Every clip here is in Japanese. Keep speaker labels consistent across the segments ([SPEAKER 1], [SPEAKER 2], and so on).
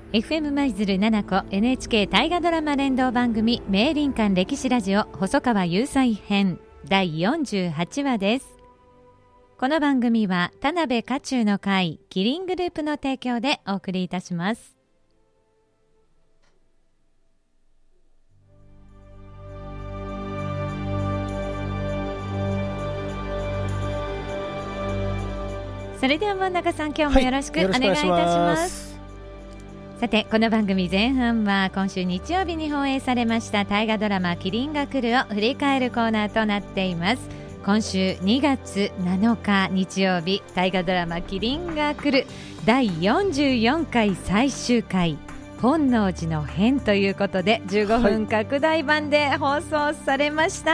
[SPEAKER 1] FM 舞鶴7子 NHK 大河ドラマ連動番組名林間歴史ラジオ細川雄斎編第48話です。この番組は田辺家中の会キリングループの提供でお送りいたします。それでは真ん中さん、今日もよろしくお願いいたします。さて、この番組前半は今週日曜日に放映されました大河ドラマキリンが来るを振り返るコーナーとなっています。今週2月7日日曜日、大河ドラマキリンが来る第44回最終回本能寺の変ということで15分拡大版で放送されました。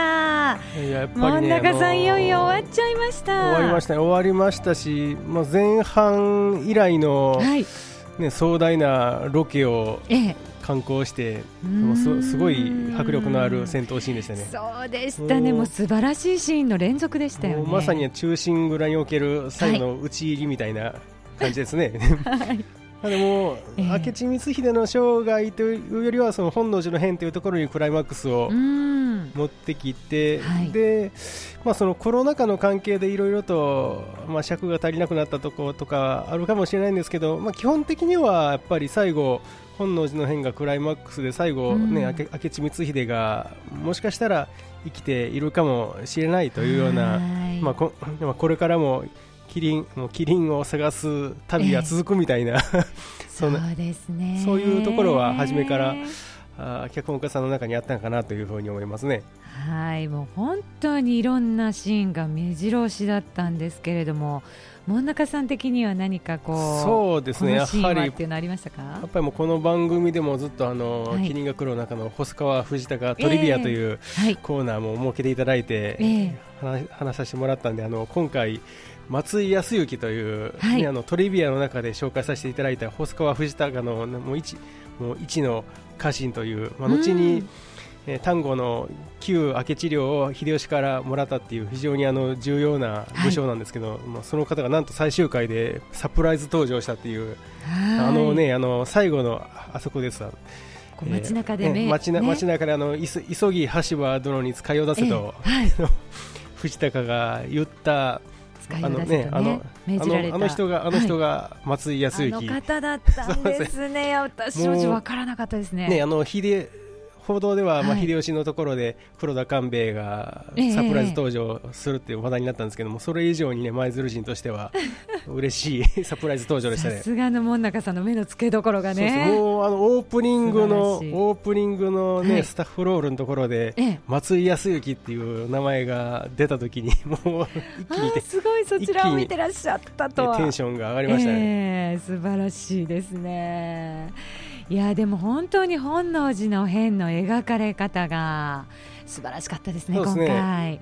[SPEAKER 1] 真ん中さん、いよいよ終わっちゃいました。
[SPEAKER 2] 終わりましたし、前半以来の、壮大なロケを観光して、すごい迫力のある戦闘シーンでしたね。
[SPEAKER 1] そうでしたね。もう素晴らしいシーンの連続でしたよね。
[SPEAKER 2] まさに中心蔵における最後の討ち入りみたいな感じですね。でも明智光秀の生涯というよりはその本能寺の変というところにクライマックスを持ってきて、で、そのコロナ禍の関係でいろいろと、尺が足りなくなったところとかあるかもしれないんですけど、基本的にはやっぱり最後本能寺の変がクライマックスで最後、明智光秀がもしかしたら生きているかもしれないというような、これからもキリンを探す旅が続くみたいな、
[SPEAKER 1] そうですね、
[SPEAKER 2] そういうところは初めから脚本家さんの中にあったのかなというふうに思いますね。
[SPEAKER 1] はい、もう本当にいろんなシーンが目白押しだったんですけれども、真ん中さん的には何か
[SPEAKER 2] そうですね、
[SPEAKER 1] このシーンはっていうのありましたか？
[SPEAKER 2] やっぱりもうこの番組でもずっとキリンが来る中の細川藤孝トリビアというコーナーも設けていただいて、話させてもらったんで、今回松井康之という、トリビアの中で紹介させていただいた細川藤孝のもう一の家臣という、後に丹後の旧明智領を秀吉からもらったっていう非常に重要な武将なんですけど、その方がなんと最終回でサプライズ登場したっていう、最後のあそこです、
[SPEAKER 1] 街中で
[SPEAKER 2] 街中で急ぎ羽柴殿に使いを出せと、藤孝が言ったあの人が松井康之、
[SPEAKER 1] あの方だったんですね。私正直分からなかったですね。
[SPEAKER 2] 報道では、秀吉のところで黒田官兵衛がサプライズ登場するっていう話題になったんですけども、それ以上に舞鶴人としては嬉しいサプライズ登場でしたね。
[SPEAKER 1] さすがの真ん中さんの目の付けどころがね。
[SPEAKER 2] もうオープニングのスタッフロールのところで、松井康之っていう名前が出た時にもう一気に
[SPEAKER 1] すごい、そちらを見てらっしゃったとは
[SPEAKER 2] テンションが上がりましたね。
[SPEAKER 1] 素晴らしいですね。いやでも本当に本能寺の変の描かれ方が素晴らしかったですね。今回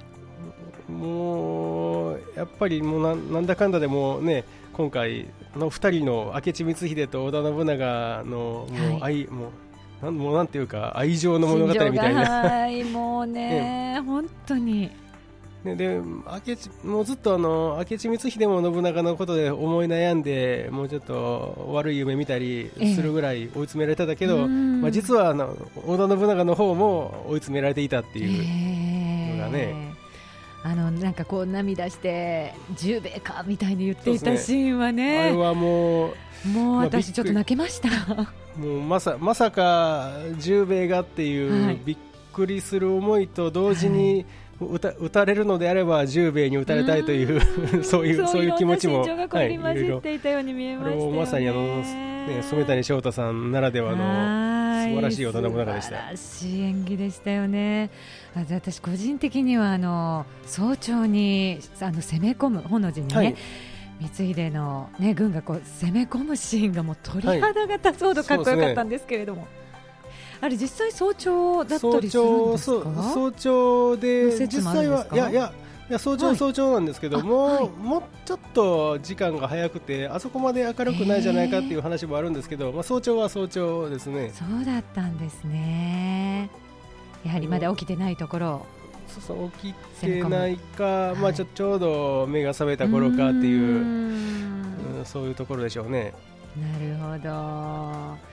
[SPEAKER 2] もうやっぱりもうなんだかんだでもね、今回2人の明智光秀と織田信長のもうなんていうか愛情の物語みたいな
[SPEAKER 1] もうね本当に
[SPEAKER 2] でもうずっと明智光秀も信長のことで思い悩んで、もうちょっと悪い夢見たりするぐらい追い詰められてたけど、実は織田信長の方も追い詰められていたっていうのがね、
[SPEAKER 1] なんか涙して十兵衛かみたいに言っていたシーンはね、
[SPEAKER 2] あれはもう
[SPEAKER 1] 私ちょっと泣けました。
[SPEAKER 2] もうまさか十兵衛がっていう、びっくりする思いと同時に、撃たれるのであれば十兵衛に撃たれたいというそういう気持ちも
[SPEAKER 1] 心情が入り混じっていたように見えましたよね。
[SPEAKER 2] まさに染谷将太さんならではの素晴らしい織田信長でした。
[SPEAKER 1] 素晴らしい演技でしたよね。私個人的には早朝に攻め込む本能寺にね、光秀の、軍が攻め込むシーンがもう鳥肌が立つほどかっこよかったんですけれども、あれ実際早朝だったりするんですか？
[SPEAKER 2] 早朝で実際はいや早朝なんですけども、もうちょっと時間が早くてあそこまで明るくないじゃないかっていう話もあるんですけど、早朝は早朝ですね。
[SPEAKER 1] そうだったんですね。やはりまだ起きてないところを
[SPEAKER 2] 起きてないか、ちょうど目が覚めた頃かっていう、そういうところでしょうね。
[SPEAKER 1] なるほど。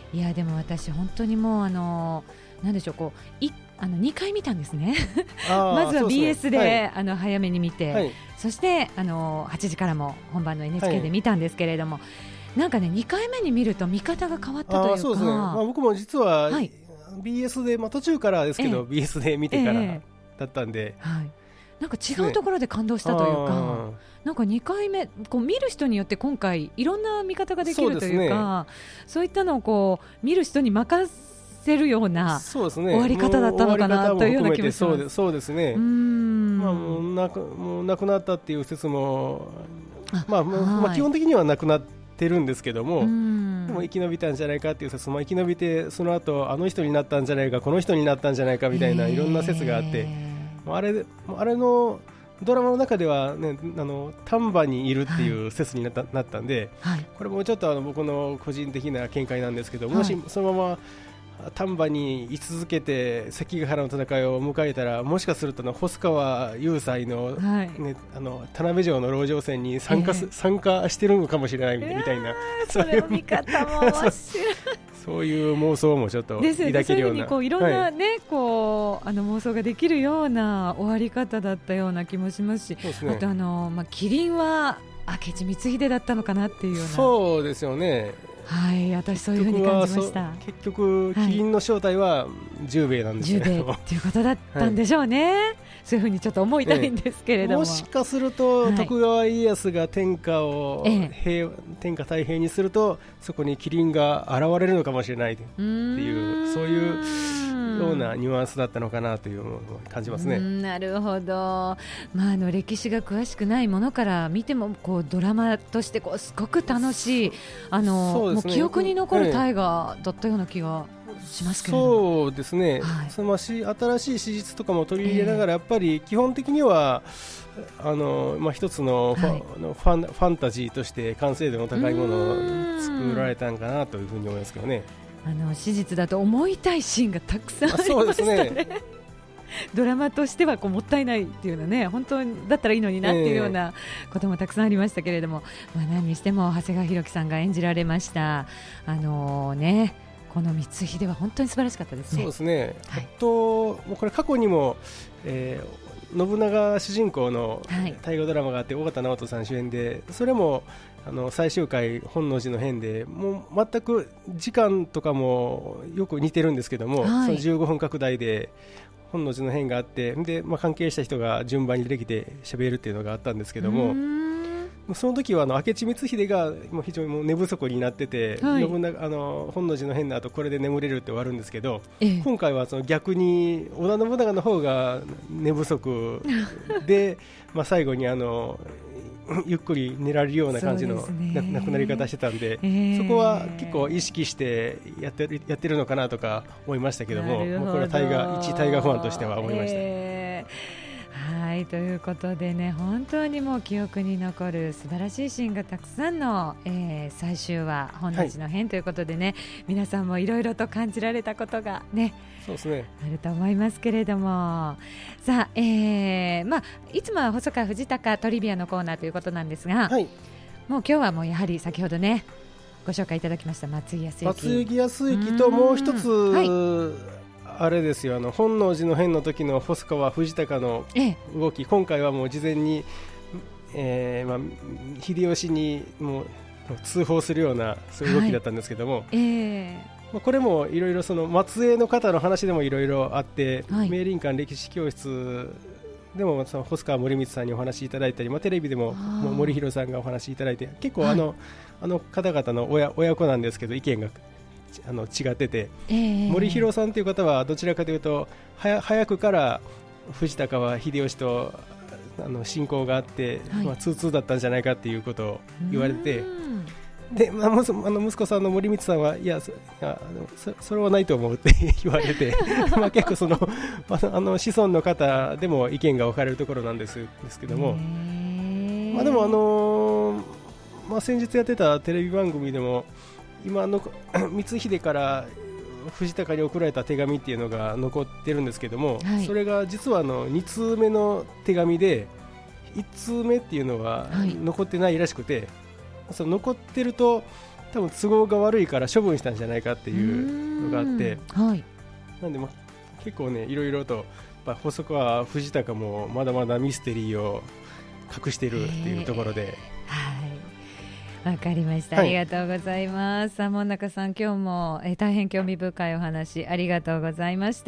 [SPEAKER 1] いやでも私本当にもうなんでしょう、こう2回見たんですねまずは BS で、はい、早めに見て、はい、そして8時からも本番の NHK で見たんですけれども、はい、なんかね2回目に見ると見方が変わったというか。
[SPEAKER 2] そうですね、僕も実は、はい、BS で、途中からですけど、BS で見てからだったんで、はい、
[SPEAKER 1] なんか違うところで感動したというか、なんか2回目こう見る人によって今回いろんな見方ができるというか、そういったのをこう見る人に任せるような終わり方だったのかなというような気もします。
[SPEAKER 2] そうですね、もう亡くなったっていう説も、基本的には亡くなってるんですけども、でも生き延びたんじゃないかっていう説も、生き延びてその後あの人になったんじゃないか、この人になったんじゃないかみたいないろんな説があって、あれのドラマの中では、ね、丹波にいるっていう説になったんで、はい、これもちょっと僕の個人的な見解なんですけど、もしそのまま丹波に居続けて関ヶ原の戦いを迎えたら、もしかすると細川雄斎の、田辺城の籠城戦に参加してるのかもしれないみたいな、
[SPEAKER 1] それを見方も面白い
[SPEAKER 2] そういう妄想もちょっと抱けるような、
[SPEAKER 1] そういうふうにこういろんな、こう妄想ができるような終わり方だったような気もしますし、あと麒麟は明智光秀だったのかなっていうような。
[SPEAKER 2] そうですよね、
[SPEAKER 1] はい、私そういうふうに感じました。
[SPEAKER 2] 結局麒麟の正体は十兵衛なんですけど、
[SPEAKER 1] 十兵衛っていうことだったんでしょうね、そういうふうにちょっと思いたいんですけれども、
[SPEAKER 2] もしかすると、徳川家康が天下を、天下太平にするとそこに麒麟が現れるのかもしれないっていう、そういうようなニュアンスだったのかなというのを感じますね。
[SPEAKER 1] なるほど、歴史が詳しくないものから見てもこうドラマとしてこうすごく楽しい、もう記憶に残る大河だったような気がしますけれども。
[SPEAKER 2] そうですね、新しい史実とかも取り入れながら、やっぱり基本的には一つのファンタジーとして完成度の高いものを作られたんかなというふうに思いますけどね。
[SPEAKER 1] 史実だと思いたいシーンがたくさんありましたね。ドラマとしてはこうもったいないっていうのね、本当だったらいいのになっていうようなこともたくさんありましたけれども、何にしても長谷川博己さんが演じられましたこの光秀は本当に素晴らしかったですね。
[SPEAKER 2] そうですね、これ過去にも、信長主人公の大河ドラマがあって、緒方直人さん主演で、それも最終回本能寺の変で、もう全く時間とかもよく似てるんですけども、その15分拡大で本能寺の変があって、で、関係した人が順番に出てきて喋るっていうのがあったんですけども、その時は明智光秀がもう非常にもう寝不足になってて、本能寺の変の後これで眠れるって終わるんですけど、今回はその逆に織田信長の方が寝不足で最後にゆっくり寝られるような感じの亡くなり方してたんで、そこは結構意識してやってるのかなとか思いましたけども、これは一タイガーファンとしては思いました。
[SPEAKER 1] はい、ということでね、本当にもう記憶に残る素晴らしいシーンがたくさんの、最終話本能寺の変ということでね、皆さんもいろいろと感じられたことがね、
[SPEAKER 2] そうですね、
[SPEAKER 1] あると思いますけれども、さあ、いつもは細川藤孝トリビアのコーナーということなんですが、もう今日はもうやはり先ほどねご紹介いただきました松井康之
[SPEAKER 2] と、もう一つ、あれですよ、本能寺の変の時の細川藤孝の動き、今回はもう事前に、秀吉にもう通報するようなそういう動きだったんですけども、これもいろいろその末裔の方の話でもいろいろあって、明倫館歴史教室でもその細川守光さんにお話しいただいたり、テレビでも森弘さんがお話しいただいて、結構方々の親子なんですけど意見が違ってて、森弘さんという方はどちらかというと早くから藤孝は秀吉と親交があって、通通だったんじゃないかっていうことを言われて、で、息子さんの森光さんはいや それはないと思うって言われて結構その子孫の方でも意見が分かれるところなんですけども、でも先日やってたテレビ番組でも今の光秀から藤孝に送られた手紙っていうのが残ってるんですけども、それが実は2通目の手紙で、1通目っていうのは残ってないらしくて、その残ってると多分都合が悪いから処分したんじゃないかっていうのがあって、
[SPEAKER 1] はい、
[SPEAKER 2] なんで結構ねいろいろと細川藤孝もまだまだミステリーを隠しているっていうところで、
[SPEAKER 1] わかりました、ありがとうございます。門中さん、今日も、大変興味深いお話ありがとうございました。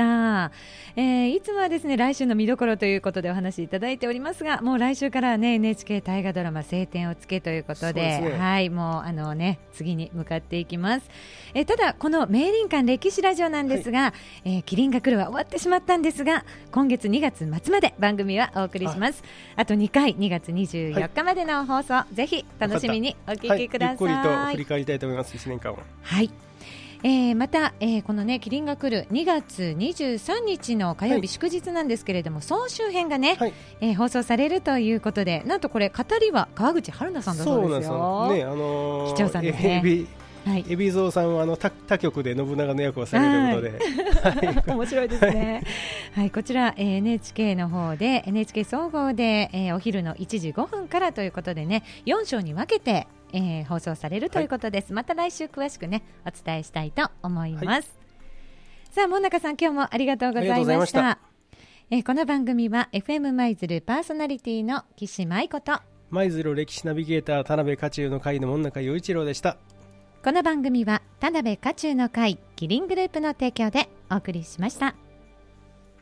[SPEAKER 1] いつもはですね来週の見どころということでお話いただいておりますが、もう来週からはね NHK 大河ドラマ青天を衝けということで、はい、もう次に向かっていきます。ただこの明倫館歴史ラジオなんですが、キリンが来るは終わってしまったんですが、今月2月末まで番組はお送りします。あと2回2月24日までの放送、ぜひ楽しみにお聞きください。
[SPEAKER 2] ゆっくりと振り返りたいと思います。1年間を。
[SPEAKER 1] はい。また、このねキリンが来る2月23日の火曜日、祝日なんですけれども、総集編がね、放送されるということで、なんとこれ語りは川口春奈さんだそうですよ。
[SPEAKER 2] そうなんです
[SPEAKER 1] よね、貴重さんですね。
[SPEAKER 2] 海老蔵さんは他局で信長の役をされるということで、
[SPEAKER 1] 面白いですね。はい、こちら NHK の方で NHK 総合で、お昼の1時5分からということでね、4章に分けて放送されるということです。また来週詳しくねお伝えしたいと思います。さあ門中さん、今日もありがとうございました。この番組は FM 舞鶴パーソナリティの岸舞子と
[SPEAKER 2] 舞鶴歴史ナビゲーター田辺家中の会の門中陽一郎でした。
[SPEAKER 1] この番組は田辺家中の会キリングループの提供でお送りしました。